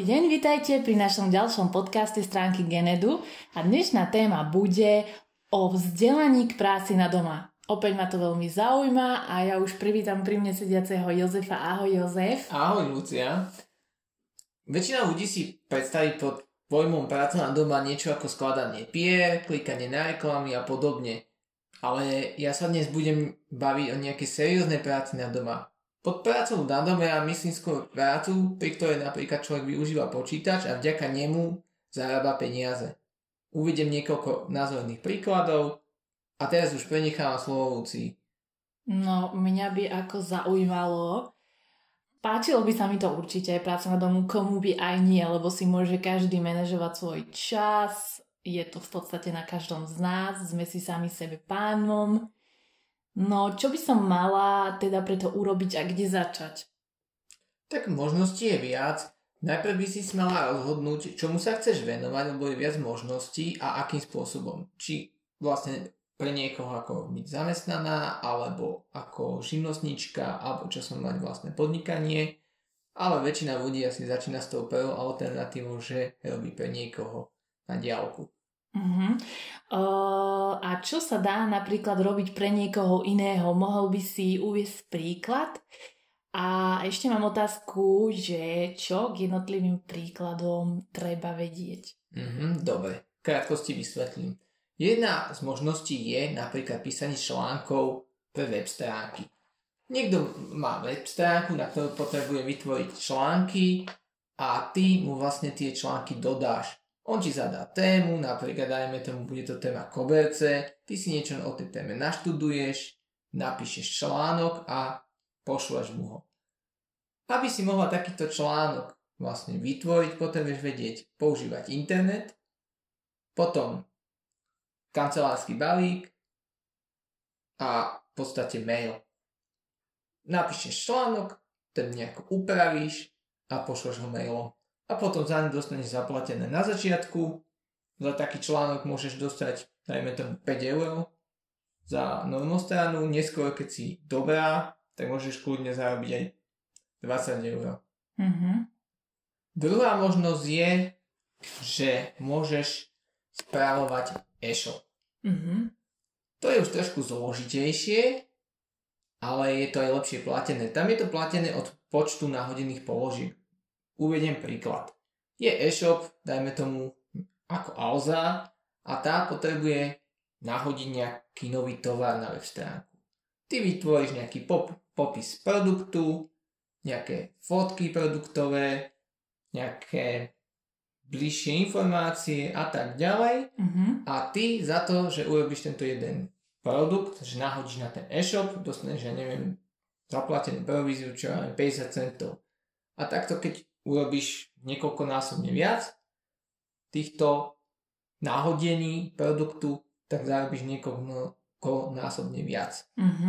deň, vitajte pri našom ďalšom podcaste stránky Genedu a dnešná téma bude o vzdelaní k práci na doma. Opäť ma to veľmi zaujíma a ja už privítam pri mne sediaceho Jozefa. Ahoj Jozef. Ahoj Lucia. Väčšina ľudí si predstaví pod pojmom práca na doma niečo ako skladanie pier, klikanie na reklamy a podobne. Ale ja sa dnes budem baviť o nejakej serióznej práci na doma. Pod prácou na dome ja myslím skôr prácu, pri ktorej napríklad človek využíva počítač a vďaka nemu zarába peniaze. Uvediem niekoľko názorných príkladov a teraz už prenechávam slovo Lucii. No, mňa by ako zaujímalo, páčilo by sa mi to určite, práca na domu, komu by aj nie, lebo si môže každý manažovať svoj čas, je to v podstate na každom z nás, sme si sami sebe pánom. No, čo by som mala teda preto urobiť a kde začať? Tak možností je viac. Najprv by si mala rozhodnúť, čomu sa chceš venovať, lebo je viac možností a akým spôsobom. Či vlastne pre niekoho ako byť zamestnaná, alebo ako živnostníčka, alebo čo som mať vlastné podnikanie. Ale väčšina ľudí asi začína s tou prvou alternatívou, že robí pre niekoho na diaľku. A čo sa dá napríklad robiť pre niekoho iného? Mohol by si uviesť príklad? A ešte mám otázku, že čo k jednotlivým príkladom treba vedieť? Dobre, v krátkosti vysvetlím. Jedna z možností je napríklad písanie článkov pre web stránky. Niekto má web stránku, na ktorú potrebuje vytvoriť články a ty mu vlastne tie články dodáš. On ti zadá tému, napríklad dajme tomu, bude to téma koberce, ty si niečo o tej téme naštuduješ, napíšeš článok a pošleš mu ho. Aby si mohla takýto článok vlastne vytvoriť, potrebuješ vedieť používať internet, potom kancelársky balík a v podstate mail. Napíšeš článok, ten nejako upravíš a pošleš ho mailom. A potom za ne dostaneš zaplatené na začiatku. Za taký článok môžeš dostať, dajme tomu 5 € za normostranu. Neskôr, keď si dobrá, tak môžeš kľudne zarobiť aj 20 €. Druhá možnosť je, že môžeš správovať e-shop. To je už trošku zložitejšie, ale je to aj lepšie platené. Tam je to platené od počtu nahodených položiek. Uvediem príklad. Je e-shop, dajme tomu ako Alza a tá potrebuje nahodiť nejaký nový tovar na web stránku. Ty vytvoríš nejaký popis produktu, nejaké fotky produktové, nejaké bližšie informácie a tak ďalej. A ty za to, že urobíš tento jeden produkt, že nahodíš na ten e-shop, dostaneš, zaplatenú províziu, čo máme 50 centov. A takto, keď urobíš niekoľkonásobne viac týchto náhodení produktu, tak zarobíš niekoľkonásobne viac.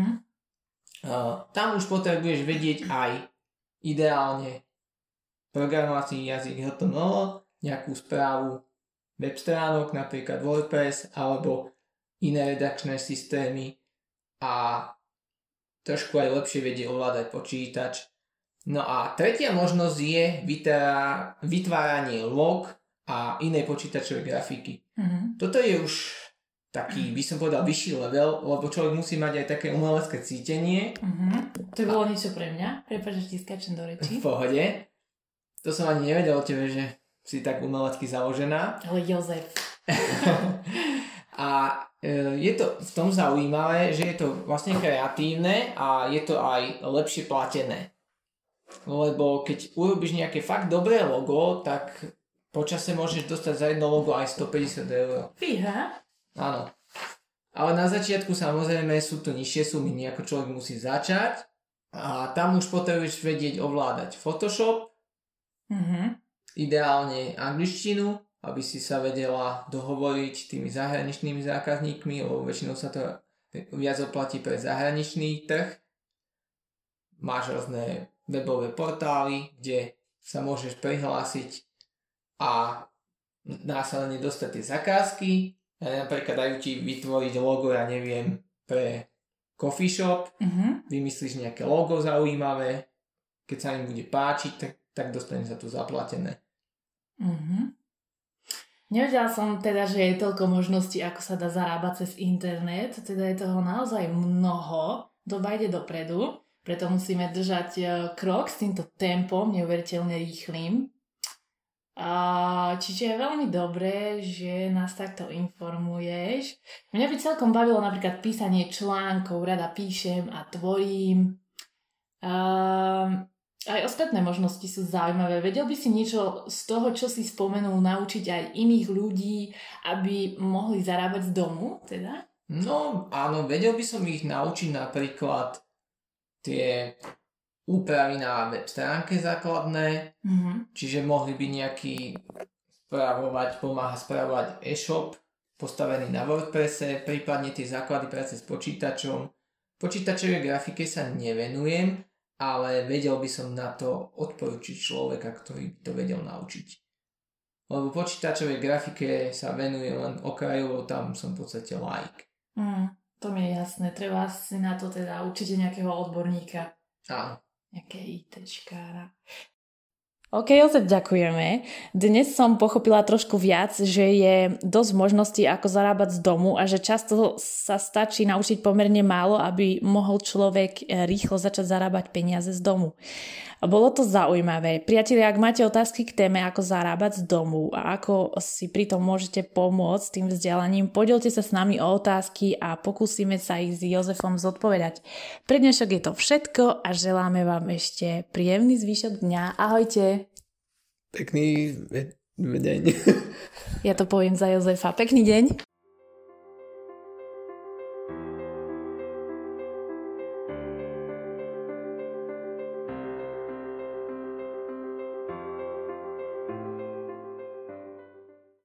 Tam už potrebuješ vedieť aj ideálne programovací jazyk HTML, nejakú správu web stránok, napríklad WordPress alebo iné redakčné systémy a trošku aj lepšie vedieť ovládať počítač. No a tretia možnosť je vytváranie log a inej počítačovej grafiky. Toto je už taký, by som povedal, vyšší level, lebo človek musí mať aj také umelecké cítenie. To bolo niečo pre mňa. Prepáč, že ti skáčem do reči. V pohode. To som ani nevedel o tebe, že si tak umelecky založená. Ale Jozef. A je to v tom zaujímavé, že je to vlastne kreatívne a je to aj lepšie platené. Lebo keď urobíš nejaké fakt dobré logo, tak počase môžeš dostať za jedno logo aj 150 €. Fíha. Áno. Ale na začiatku samozrejme sú to nižšie sumy, nejako človek musí začať a tam už potrebuješ vedieť ovládať Photoshop, ideálne angličtinu, aby si sa vedela dohovoriť tými zahraničnými zákazníkmi, lebo väčšinou sa to viac oplatí pre zahraničný trh. Máš rôzne webové portály, kde sa môžeš prihlásiť a následne dostať tie zakázky. Napríklad dajú ti vytvoriť logo, pre coffee shop, vymyslíš nejaké logo zaujímavé, keď sa im bude páčiť, tak dostane sa to zaplatené. Nevedela som teda, že je toľko možností, ako sa dá zarábať cez internet. Teda je toho naozaj mnoho. Doba ide dopredu, preto musíme držať krok s týmto tempom neuveriteľne rýchlým. Čiže je veľmi dobré, že nás takto informuješ. Mňa by celkom bavilo napríklad písanie článkov, rada píšem a tvorím. Aj ostatné možnosti sú zaujímavé. Vedel by si niečo z toho, čo si spomenul, naučiť aj iných ľudí, aby mohli zarábať z domu, teda? No, áno, vedel by som ich naučiť napríklad tie úpravy na web stránke základné, čiže mohli by nejaký pomáhať spravovať e-shop postavený na WordPresse, prípadne tie základy práce s počítačom. Počítačovej grafike sa nevenujem, ale vedel by som na to odporučiť človeka, ktorý by to vedel naučiť. Lebo počítačovej grafike sa venujem len okrajovo, tam som v podstate laik. To mi je jasné, treba si na to teda určite nejakého odborníka. Áno. Nejaké ITčkára. OK, Jozef, ďakujeme. Dnes som pochopila trošku viac, že je dosť možností, ako zarábať z domu a že často sa stačí naučiť pomerne málo, aby mohol človek rýchlo začať zarábať peniaze z domu. Bolo to zaujímavé. Priatelia, ak máte otázky k téme, ako zarábať z domu a ako si pri tom môžete pomôcť tým vzdelaním, podielte sa s nami o otázky a pokúsime sa ich s Jozefom zodpovedať. Pre dnešok je to všetko a želáme vám ešte príjemný zvyšok dňa. Ahojte. Pekný deň. Ja to poviem za Jozefa. Pekný deň.